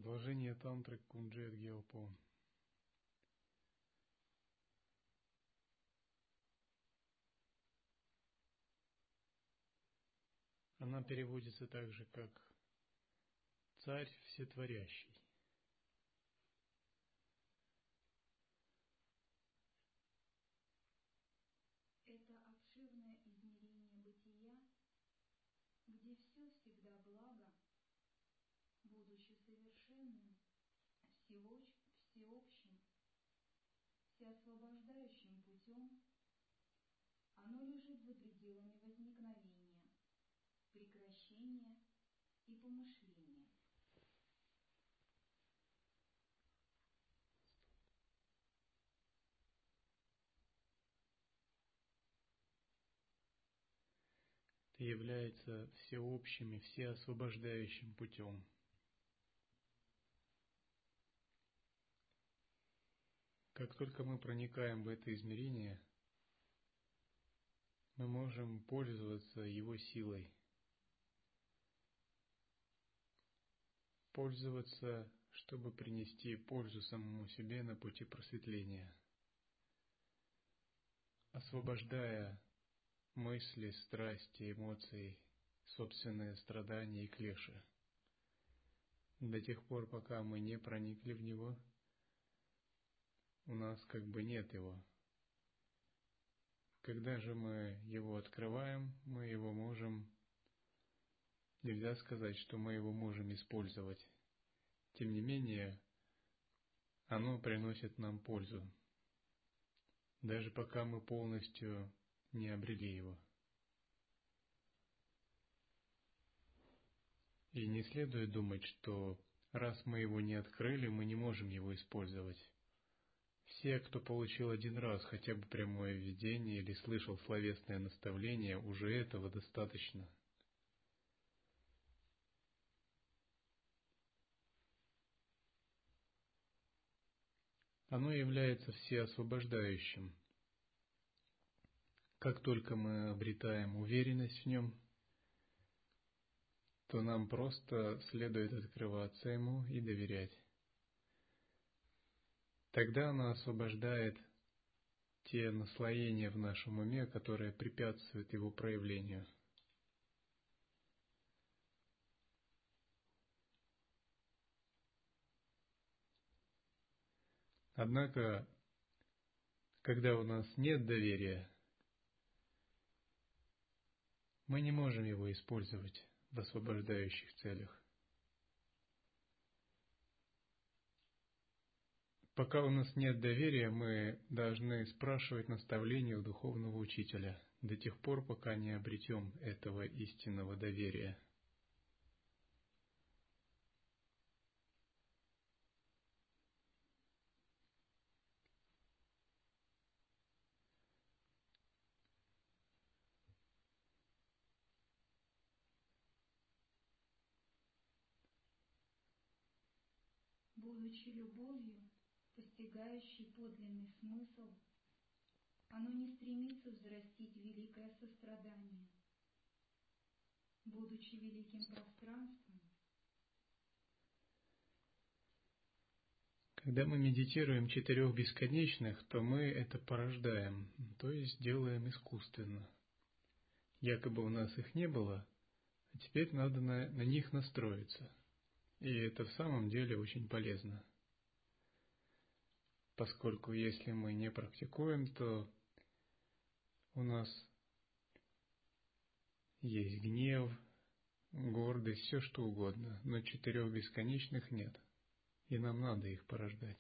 Продолжение тантры Кунджет Гелпо. Она переводится также как «Царь Всетворящий». Это обширное измерение бытия, где все всегда благо, будучи совершенным, всеобщим, всеосвобождающим путем, оно лежит за пределами возникновения, прекращения и помышления. Это является всеобщим и всеосвобождающим путем. Как только мы проникаем в это измерение, мы можем пользоваться его силой. Пользоваться, чтобы принести пользу самому себе на пути просветления, освобождая мысли, страсти, эмоции, собственные страдания и клеши. До тех пор, пока мы не проникли в него, у нас как бы нет его. Когда же мы его открываем, мы его можем, нельзя сказать, что мы его можем использовать. Тем не менее, оно приносит нам пользу, даже пока мы полностью не обрели его. И не следует думать, что раз мы его не открыли, мы не можем его использовать. Все, кто получил один раз хотя бы прямое видение или слышал словесное наставление, уже этого достаточно. Оно является всеосвобождающим. Как только мы обретаем уверенность в нем, то нам просто следует открываться ему и доверять. Тогда оно освобождает те наслоения в нашем уме, которые препятствуют его проявлению. Однако, когда у нас нет доверия, мы не можем его использовать в освобождающих целях. Пока у нас нет доверия, мы должны спрашивать наставления у духовного учителя до тех пор, пока не обретем этого истинного доверия. Будучи любовью, постигающей подлинный смысл, оно не стремится взрастить великое сострадание. Будучи великим пространством, Когда мы медитируем четырех бесконечных, то мы это порождаем, то есть делаем искусственно. Якобы у нас их не было, а теперь надо на них настроиться. И это в самом деле очень полезно. Поскольку если мы не практикуем, то у нас есть гнев, гордость, все что угодно, но четырех бесконечных нет, и нам надо их порождать.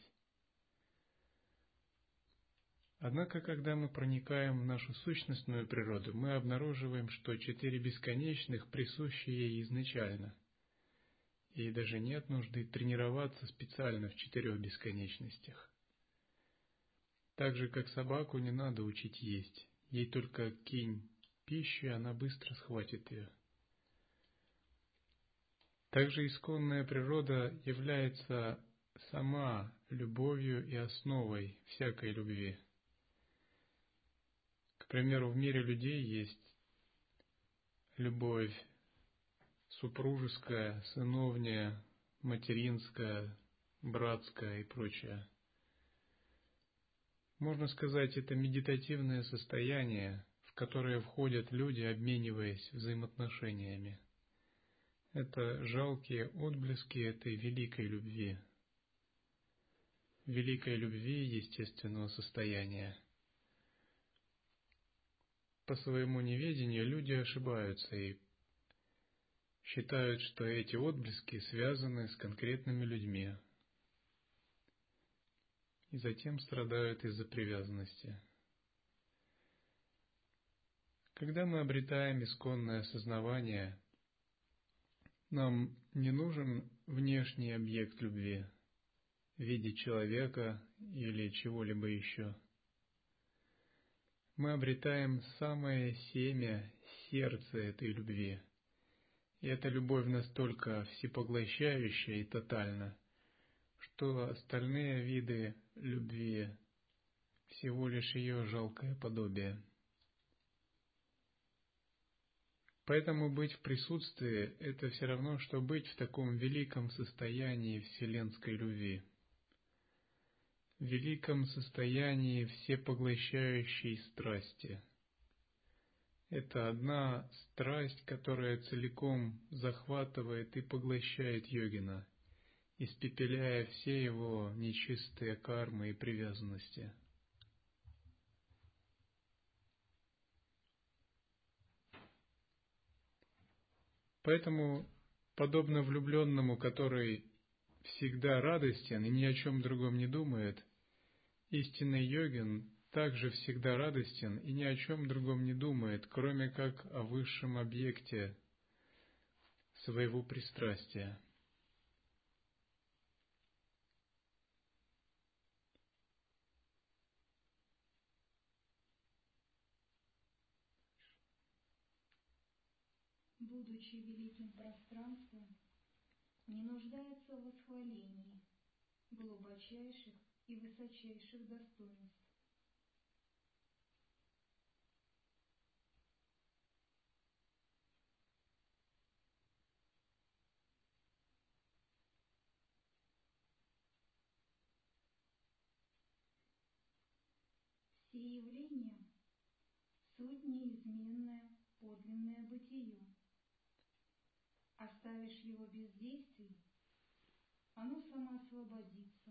Однако, когда мы проникаем в нашу сущностную природу, мы обнаруживаем, что четыре бесконечных присущи ей изначально, и даже нет нужды тренироваться специально в четырех бесконечностях. Так же, как собаку не надо учить есть, ей только кинь пищу, она быстро схватит ее. Также исконная природа является сама любовью и основой всякой любви. К примеру, в мире людей есть любовь супружеская, сыновняя, материнское, братское и прочее. Можно сказать, это медитативное состояние, в которое входят люди, обмениваясь взаимоотношениями. Это жалкие отблески этой великой любви естественного состояния. По своему неведению люди ошибаются и считают, что эти отблески связаны с конкретными людьми, и затем страдают из-за привязанности. Когда мы обретаем исконное осознавание, нам не нужен внешний объект любви в виде человека или чего-либо еще. Мы обретаем самое семя, сердце этой любви. И эта любовь настолько всепоглощающая и тотальна, что остальные виды любви всего лишь ее жалкое подобие. Поэтому быть в присутствии – это все равно, что быть в таком великом состоянии вселенской любви, в великом состоянии всепоглощающей страсти. Это одна страсть, которая целиком захватывает и поглощает йогина, испепеляя все его нечистые кармы и привязанности. Поэтому, подобно влюбленному, который всегда радостен и ни о чем другом не думает, истинный йогин также всегда радостен и ни о чем другом не думает, кроме как о высшем объекте своего пристрастия. Будучи великим пространством, не нуждается в восхвалении глубочайших и высочайших достоинств. Все явления — суть неизменное, подлинное бытие. Оставишь его без действий, оно само освободится.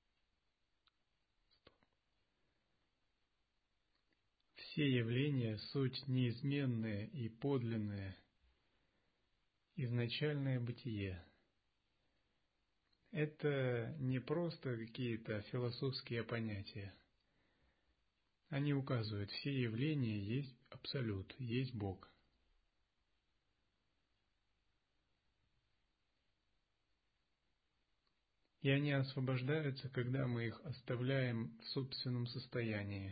Все явления — суть неизменное и подлинное, изначальное бытие. Это не просто какие-то философские понятия. Они указывают, все явления есть Абсолют, есть Бог. И они освобождаются, когда мы их оставляем в собственном состоянии.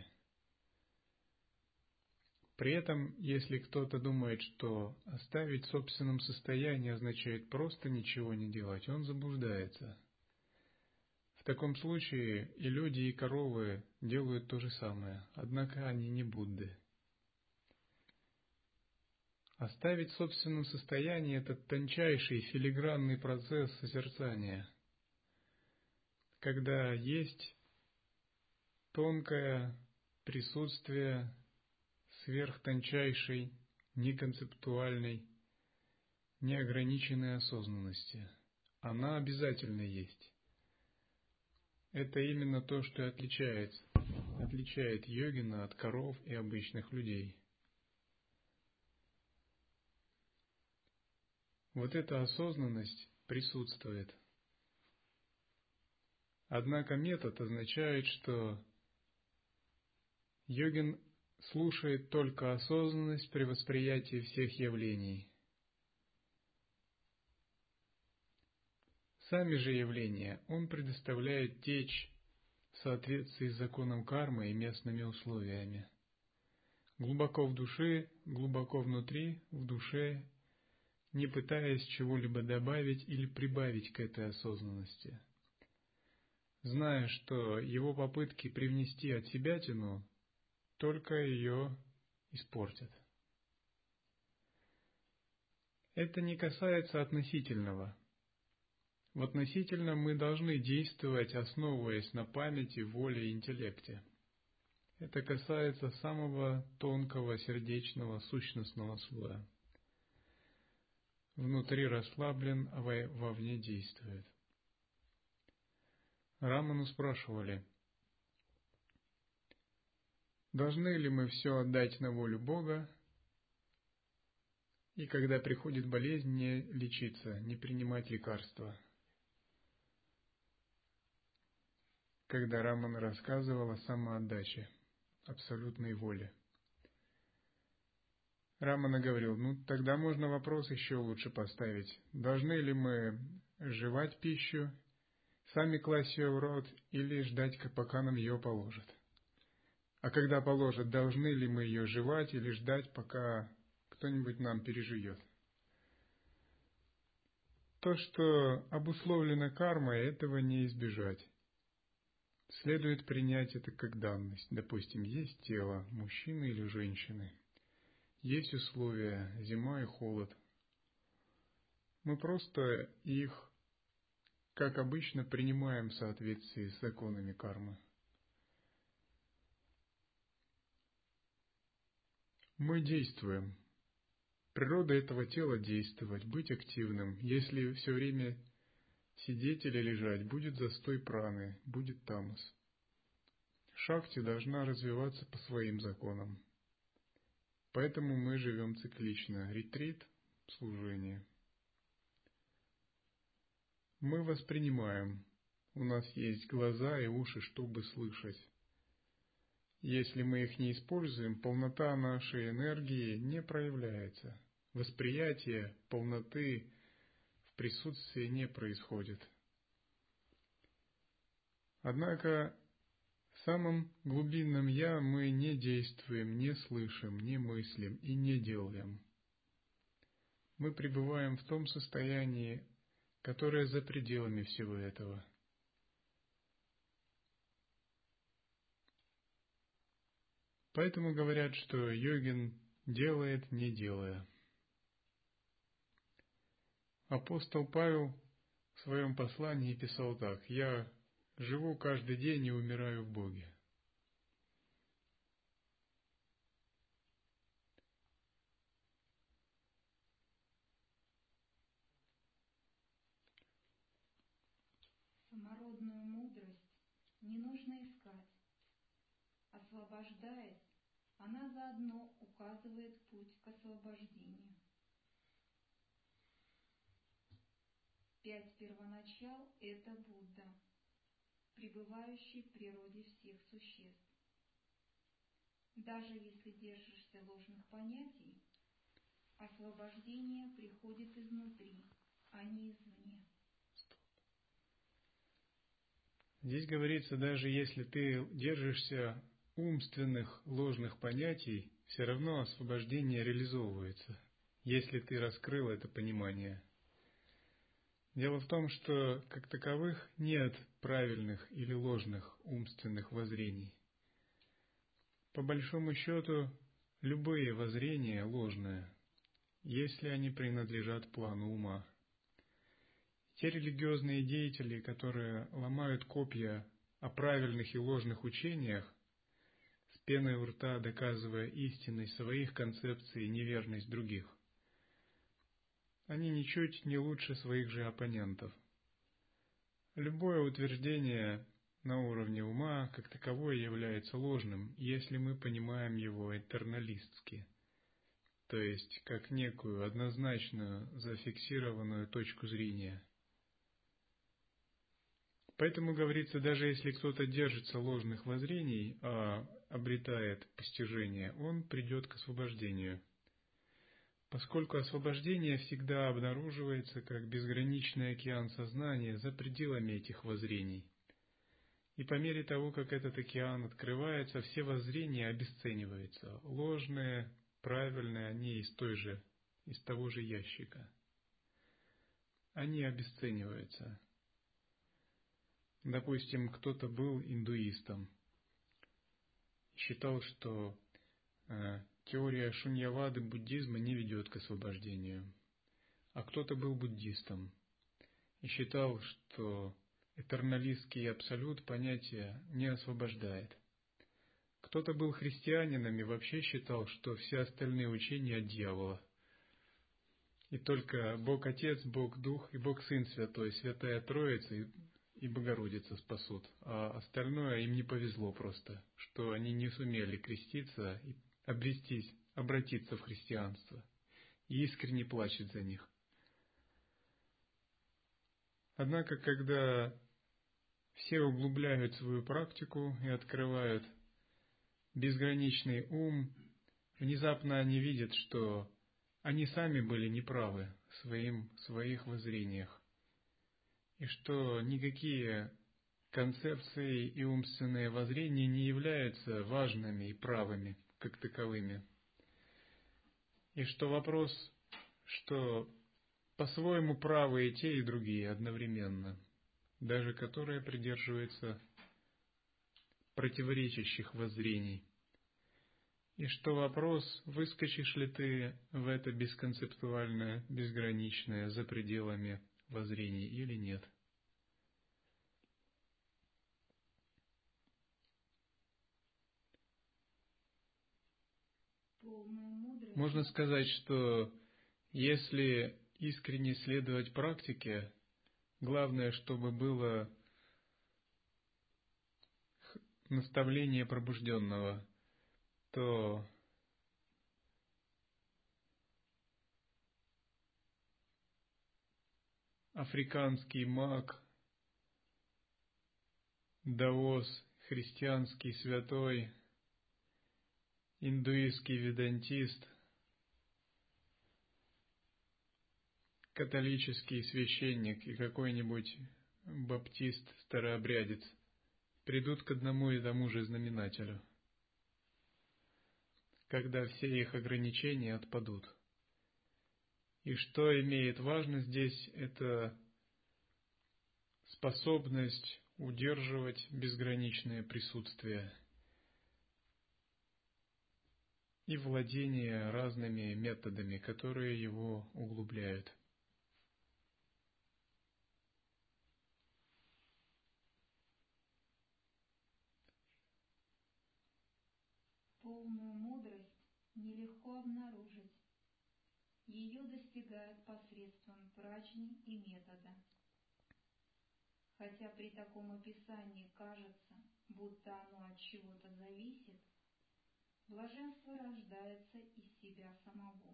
При этом, если кто-то думает, что оставить в собственном состоянии означает просто ничего не делать, он заблуждается. В таком случае и люди, и коровы делают то же самое, однако они не Будды. Оставить в собственном состоянии – это тончайший филигранный процесс созерцания, когда есть тонкое присутствие сверхтончайшей, неконцептуальной, неограниченной осознанности. Она обязательно есть. Это именно то, что отличает йогина от коров и обычных людей. Вот эта осознанность присутствует. Однако метод означает, что йогин слушает только осознанность при восприятии всех явлений. Сами же явления он предоставляет течь в соответствии с законом кармы и местными условиями. Глубоко в душе, глубоко внутри, в душе, не пытаясь чего-либо добавить или прибавить к этой осознанности, зная, что его попытки привнести отсебятину только ее испортят. Это не касается относительного. В относительном мы должны действовать, основываясь на памяти, воле и интеллекте. Это касается самого тонкого сердечного сущностного слоя. Внутри расслаблен, а вовне действует. Раману спрашивали, должны ли мы все отдать на волю Бога, и когда приходит болезнь, не лечиться, не принимать лекарства. Когда Рамана рассказывал о самоотдаче, абсолютной воле. Рамана говорил, тогда можно вопрос еще лучше поставить. Должны ли мы жевать пищу, сами класть ее в рот или ждать, пока нам ее положат? А когда положат, должны ли мы ее жевать или ждать, пока кто-нибудь нам пережует? То, что обусловлено кармой, этого не избежать. Следует принять это как данность. Допустим, есть тело мужчины или женщины. Есть условия, зима и холод. Мы просто их, как обычно, принимаем в соответствии с законами кармы. Мы действуем. Природа этого тела действовать, быть активным. Если все время сидеть или лежать, будет застой праны, будет тамас. Шакти должна развиваться по своим законам. Поэтому мы живем циклично. Ретрит, служение. Мы воспринимаем. У нас есть глаза и уши, чтобы слышать. Если мы их не используем, полнота нашей энергии не проявляется. Восприятие полноты в присутствии не происходит. Однако в самом глубинном «я» мы не действуем, не слышим, не мыслим и не делаем. Мы пребываем в том состоянии, которое за пределами всего этого. Поэтому говорят, что йогин делает, не делая. Апостол Павел в своем послании писал так: «Я живу каждый день и умираю в Боге». Самородную мудрость не нужно искать. Освобождаясь, она заодно указывает путь к освобождению. 5 первоначал – это Будда, пребывающий в природе всех существ. Даже если держишься ложных понятий, освобождение приходит изнутри, а не извне. Здесь говорится, даже если ты держишься умственных ложных понятий, все равно освобождение реализовывается, если ты раскрыл это понимание. Дело в том, что как таковых нет правильных или ложных умственных воззрений. По большому счету, любые воззрения ложные, если они принадлежат плану ума. Те религиозные деятели, которые ломают копья о правильных и ложных учениях, с пеной у рта доказывая истинность своих концепций и неверность других, они ничуть не лучше своих же оппонентов. Любое утверждение на уровне ума как таковое является ложным, если мы понимаем его этерналистски, то есть как некую однозначную зафиксированную точку зрения. Поэтому говорится, даже если кто-то держится ложных воззрений, а обретает постижение, он придет к освобождению. Поскольку освобождение всегда обнаруживается как безграничный океан сознания за пределами этих воззрений. И по мере того, как этот океан открывается, все воззрения обесцениваются. Ложные, правильные, они из того же ящика. Они обесцениваются. Допустим, кто-то был индуистом, считал, что теория шуньявады буддизма не ведет к освобождению. А кто-то был буддистом и считал, что этерналистский абсолют понятия не освобождает. Кто-то был христианином и вообще считал, что все остальные учения от дьявола. И только Бог Отец, Бог Дух и Бог Сын Святой, Святая Троица и Богородица спасут. А остальное им не повезло просто, что они не сумели креститься и обратиться в христианство. И искренне плачет за них. Однако, когда все углубляют свою практику и открывают безграничный ум, внезапно они видят, что они сами были неправы в своих воззрениях, и что никакие концепции и умственные воззрения не являются важными и правыми как таковыми. И что вопрос, что по-своему правы и те, и другие одновременно, даже которые придерживаются противоречащих воззрений. И что вопрос, выскочишь ли ты в это бесконцептуальное, безграничное, за пределами воззрений или нет. Можно сказать, что если искренне следовать практике, главное, чтобы было наставление пробужденного, то африканский маг, даос, христианский святой, индуистский ведантист, католический священник и какой-нибудь баптист-старообрядец придут к одному и тому же знаменателю, когда все их ограничения отпадут. И что имеет важность здесь, это способность удерживать безграничное присутствие и владение разными методами, которые его углубляют. Полную мудрость нелегко обнаружить. Ее достигают посредством праздни и метода. Хотя при таком описании кажется, будто оно от чего-то зависит, блаженство рождается из себя самого.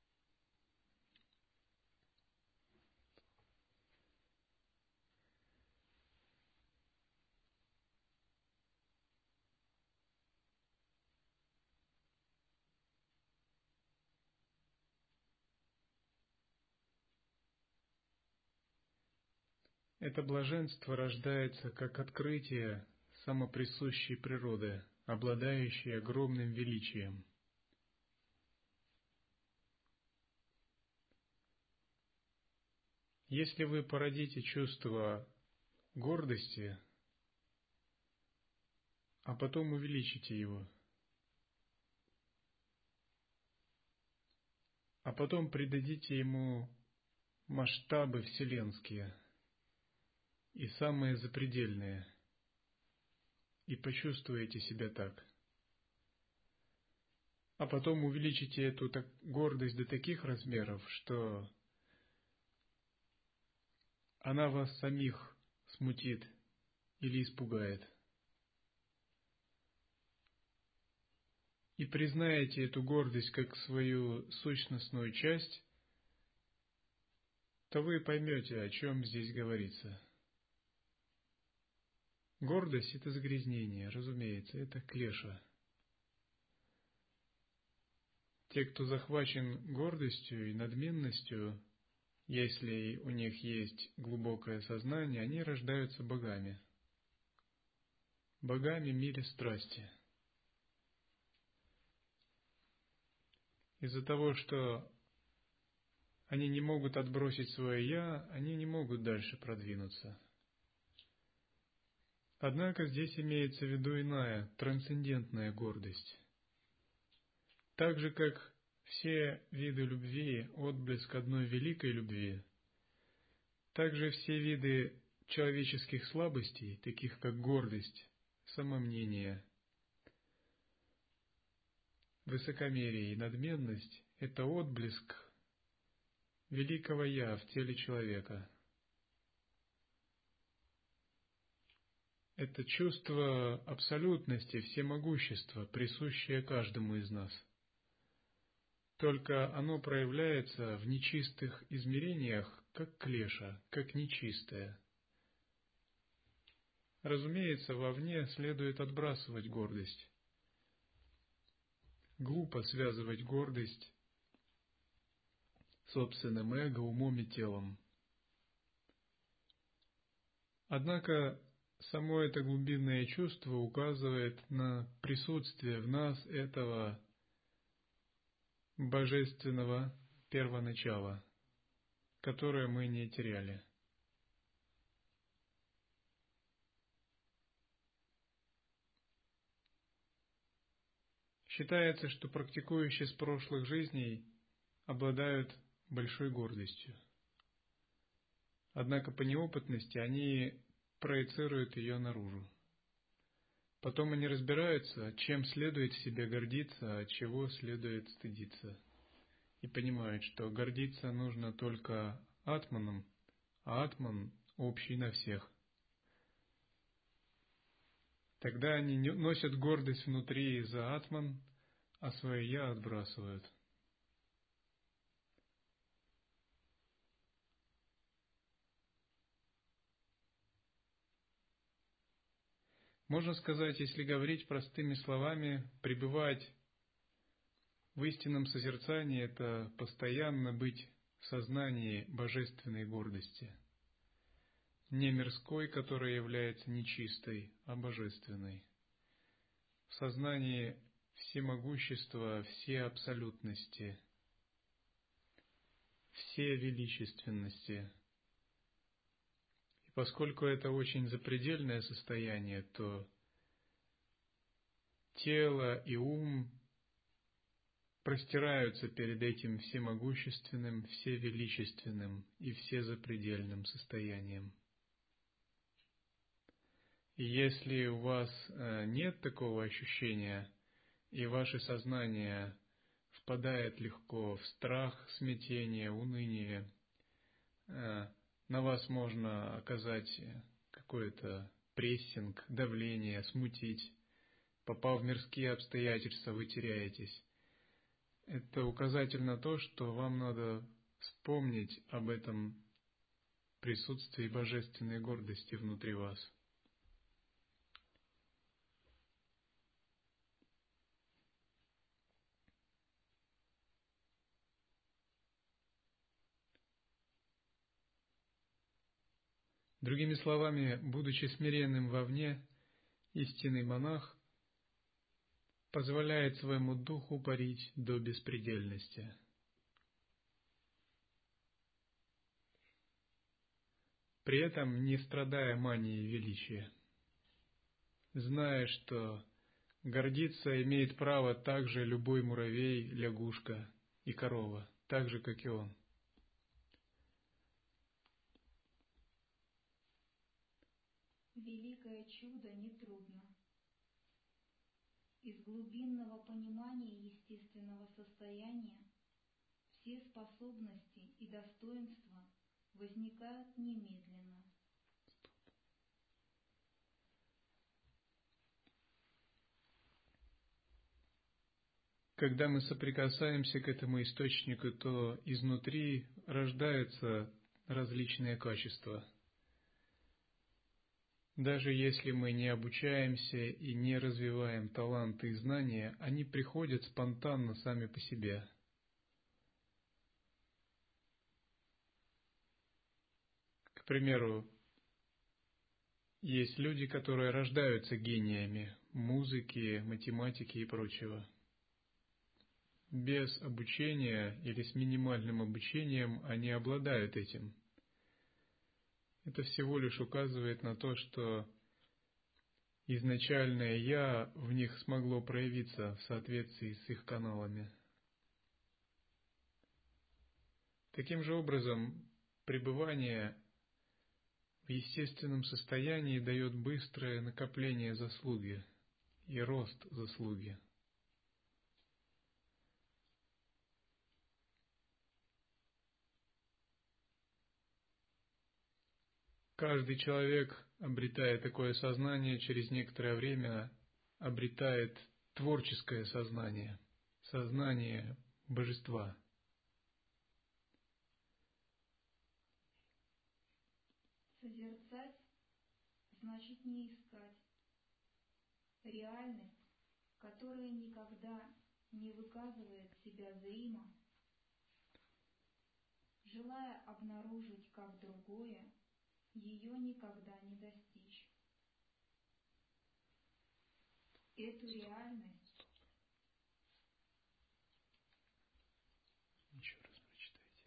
Это блаженство рождается как открытие самоприсущей природы, обладающей огромным величием. Если вы породите чувство гордости, а потом увеличите его, а потом придадите ему масштабы вселенские и самые запредельные, и почувствуете себя так. А потом увеличите эту гордость до таких размеров, что она вас самих смутит или испугает. И признаете эту гордость как свою сущностную часть, то вы поймете, о чем здесь говорится. Гордость — это загрязнение, разумеется, это клеша. Те, кто захвачен гордостью и надменностью, если у них есть глубокое сознание, они рождаются богами. Богами в мире страсти. Из-за того, что они не могут отбросить свое «я», они не могут дальше продвинуться. Однако здесь имеется в виду иная, трансцендентная гордость. Так же, как все виды любви, отблеск одной великой любви, Также все виды человеческих слабостей, таких как гордость, самомнение, высокомерие и надменность, это отблеск великого «Я» в теле человека. Это чувство абсолютности, всемогущества, присущее каждому из нас. Только оно проявляется в нечистых измерениях, как клеша, как нечистое. Разумеется, вовне следует отбрасывать гордость. Глупо связывать гордость собственным эго, умом и телом. Однако само это глубинное чувство указывает на присутствие в нас этого божественного первоначала, которое мы не теряли. Считается, что практикующие с прошлых жизней обладают большой гордостью. Однако по неопытности они проецируют ее наружу. Потом они разбираются, чем следует себе гордиться, а от чего следует стыдиться. И понимают, что гордиться нужно только атманом, а атман общий на всех. Тогда они носят гордость внутри за атман, а свое «я» отбрасывают. Можно сказать, если говорить простыми словами, пребывать в истинном созерцании – это постоянно быть в сознании божественной гордости. Не мирской, которая является нечистой, а божественной. В сознании всемогущества, всеабсолютности, всевеличественности. И поскольку это очень запредельное состояние, то тело и ум простираются перед этим всемогущественным, всевеличественным и всезапредельным состоянием. И если у вас нет такого ощущения, и ваше сознание впадает легко в страх, смятение, уныние, на вас можно оказать какой-то прессинг, давление, смутить. Попав в мирские обстоятельства, вы теряетесь. Это указатель на то, что вам надо вспомнить об этом присутствии божественной гордости внутри вас. Другими словами, будучи смиренным вовне, истинный монах позволяет своему духу парить до беспредельности. При этом не страдая манией величия, зная, что гордиться имеет право также любой муравей, лягушка и корова, так же, как и он. Великое чудо нетрудно. Из глубинного понимания естественного состояния все способности и достоинства возникают немедленно. Когда мы соприкасаемся к этому источнику, то изнутри рождаются различные качества. Даже если мы не обучаемся и не развиваем таланты и знания, они приходят спонтанно сами по себе. К примеру, есть люди, которые рождаются гениями музыки, математики и прочего. Без обучения или с минимальным обучением они обладают этим. Это всего лишь указывает на то, что изначальное «Я» в них смогло проявиться в соответствии с их каналами. Таким же образом, пребывание естественном состоянии дает быстрое накопление заслуги и рост заслуги. Каждый человек, обретая такое сознание, через некоторое время обретает творческое сознание, сознание божества. Созерцать значит не искать. Реальность, которая никогда не выказывает себя зримо, желая обнаружить как другое, ее никогда не достичь. Эту реальность Еще раз прочитайте.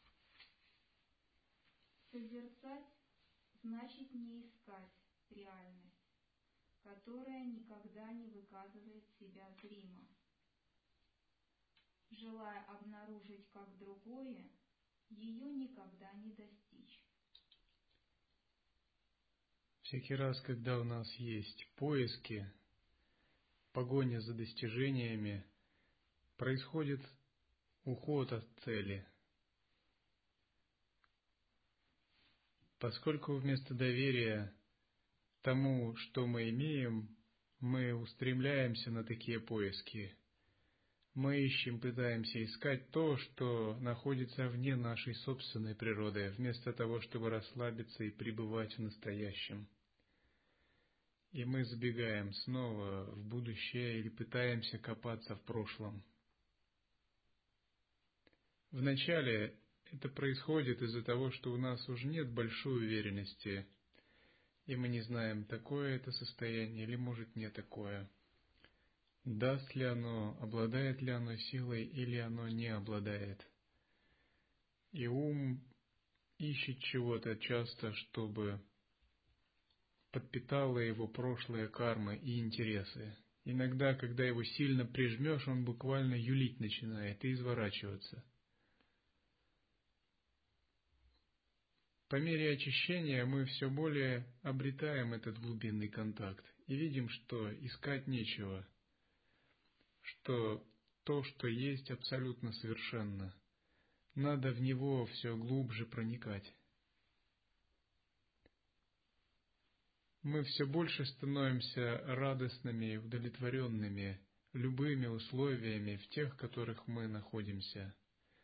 созерцать значит не искать реальность, которая никогда не выказывает себя зримо. Желая обнаружить как другое, ее никогда не достичь. Всякий раз, когда у нас есть поиски, погоня за достижениями, происходит уход от цели. Поскольку вместо доверия тому, что мы имеем, мы устремляемся на такие поиски. Мы ищем, пытаемся искать то, что находится вне нашей собственной природы, вместо того, чтобы расслабиться и пребывать в настоящем. И мы забегаем снова в будущее или пытаемся копаться в прошлом. Вначале это происходит из-за того, что у нас уже нет большой уверенности, и мы не знаем, такое это состояние или может не такое. Даст ли оно, обладает ли оно силой или оно не обладает. И ум ищет чего-то часто, чтобы подпитало его прошлые кармы и интересы. Иногда, когда его сильно прижмешь, он буквально юлить начинает и изворачиваться. По мере очищения мы все более обретаем этот глубинный контакт и видим, что искать нечего, что то, что есть, абсолютно совершенно. Надо в него все глубже проникать. Мы все больше становимся радостными и удовлетворенными любыми условиями, в тех, в которых мы находимся.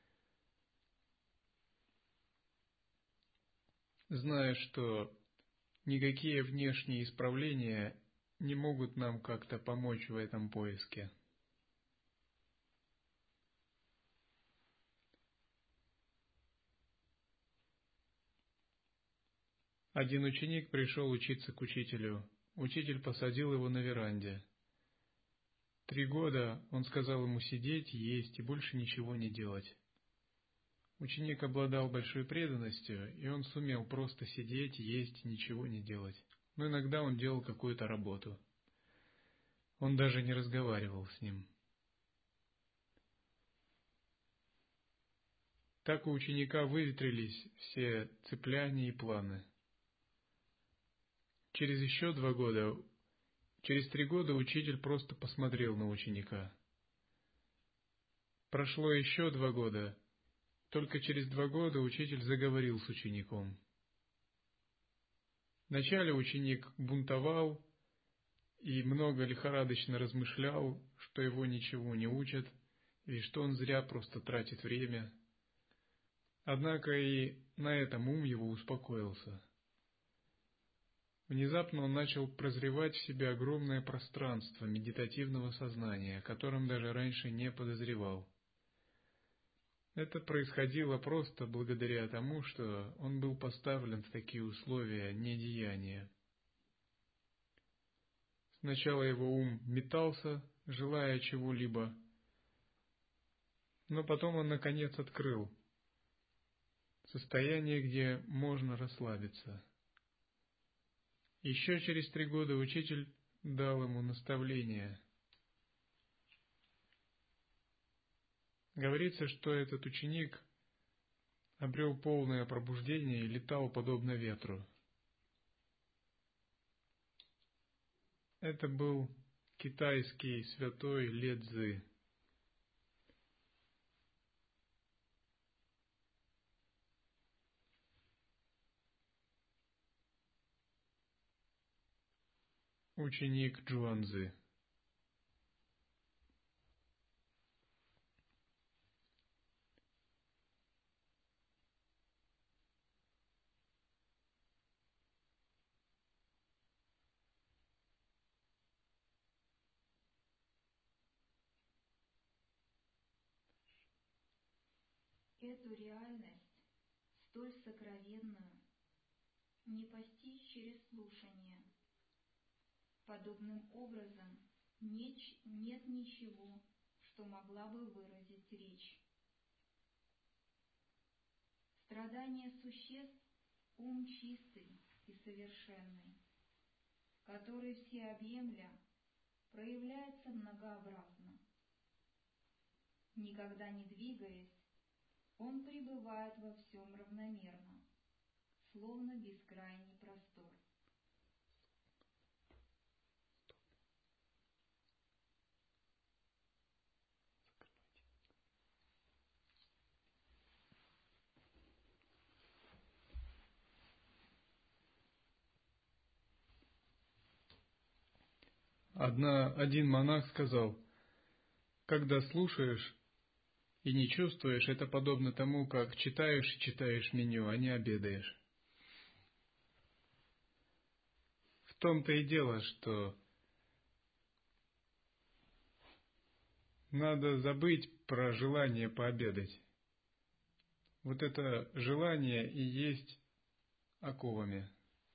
Зная, что никакие внешние исправления не могут нам как-то помочь в этом поиске. Один ученик пришел учиться к учителю. Учитель посадил его на веранде. 3 года он сказал ему сидеть, есть и больше ничего не делать. Ученик обладал большой преданностью, и он сумел просто сидеть, есть и ничего не делать. Но иногда он делал какую-то работу. Он даже не разговаривал с ним. Так у ученика выветрились все цепляния и планы. Через 3 года учитель просто посмотрел на ученика. Прошло еще 2 года. Только через 2 года учитель заговорил с учеником. Вначале ученик бунтовал и много лихорадочно размышлял, что его ничего не учат, и что он зря просто тратит время. Однако и на этом ум его успокоился. Внезапно он начал прозревать в себе огромное пространство медитативного сознания, о котором даже раньше не подозревал. Это происходило просто благодаря тому, что он был поставлен в такие условия недеяния. Сначала его ум метался, желая чего-либо, но потом он наконец открыл состояние, где можно расслабиться. Еще через 3 года учитель дал ему наставление. Говорится, что этот ученик обрел полное пробуждение и летал подобно ветру. Это был китайский святой Ле Цзы. Ученик Джуанцзы. Эту реальность, столь сокровенную, не постичь через слушание. Подобным образом нет ничего, что могла бы выразить речь. Страдания существ — ум чистый и совершенный, который, всеобъемля, проявляется многообразно. Никогда не двигаясь, он пребывает во всем равномерно, словно бескрайний простор. Один монах сказал: когда слушаешь и не чувствуешь, это подобно тому, как читаешь и читаешь меню, а не обедаешь. В том-то и дело, что надо забыть про желание пообедать. Вот это желание и есть оковами.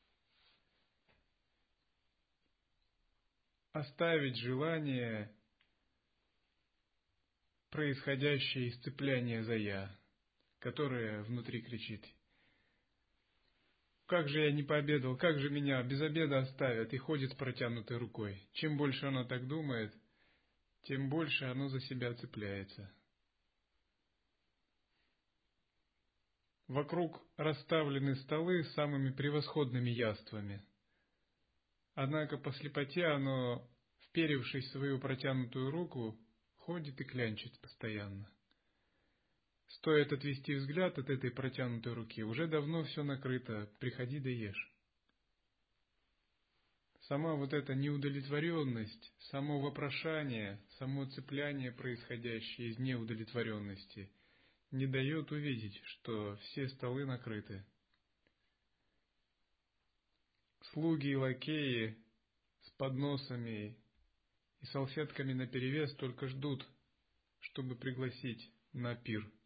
Оставить желание, происходящее из цепляния за «я», которое внутри кричит: «Как же я не пообедал, как же меня без обеда оставят?» и ходит с протянутой рукой. Чем больше оно так думает, тем больше оно за себя цепляется. Вокруг расставлены столы с самыми превосходными яствами. Однако по слепоте оно, вперевшись в свою протянутую руку, ходит и клянчит постоянно. Стоит отвести взгляд от этой протянутой руки, уже давно все накрыто, приходи да ешь. Сама вот эта неудовлетворенность, само вопрошание, само цепляние, происходящее из неудовлетворенности, не дает увидеть, что все столы накрыты. Слуги и лакеи с подносами и салфетками наперевес только ждут, чтобы пригласить на пир.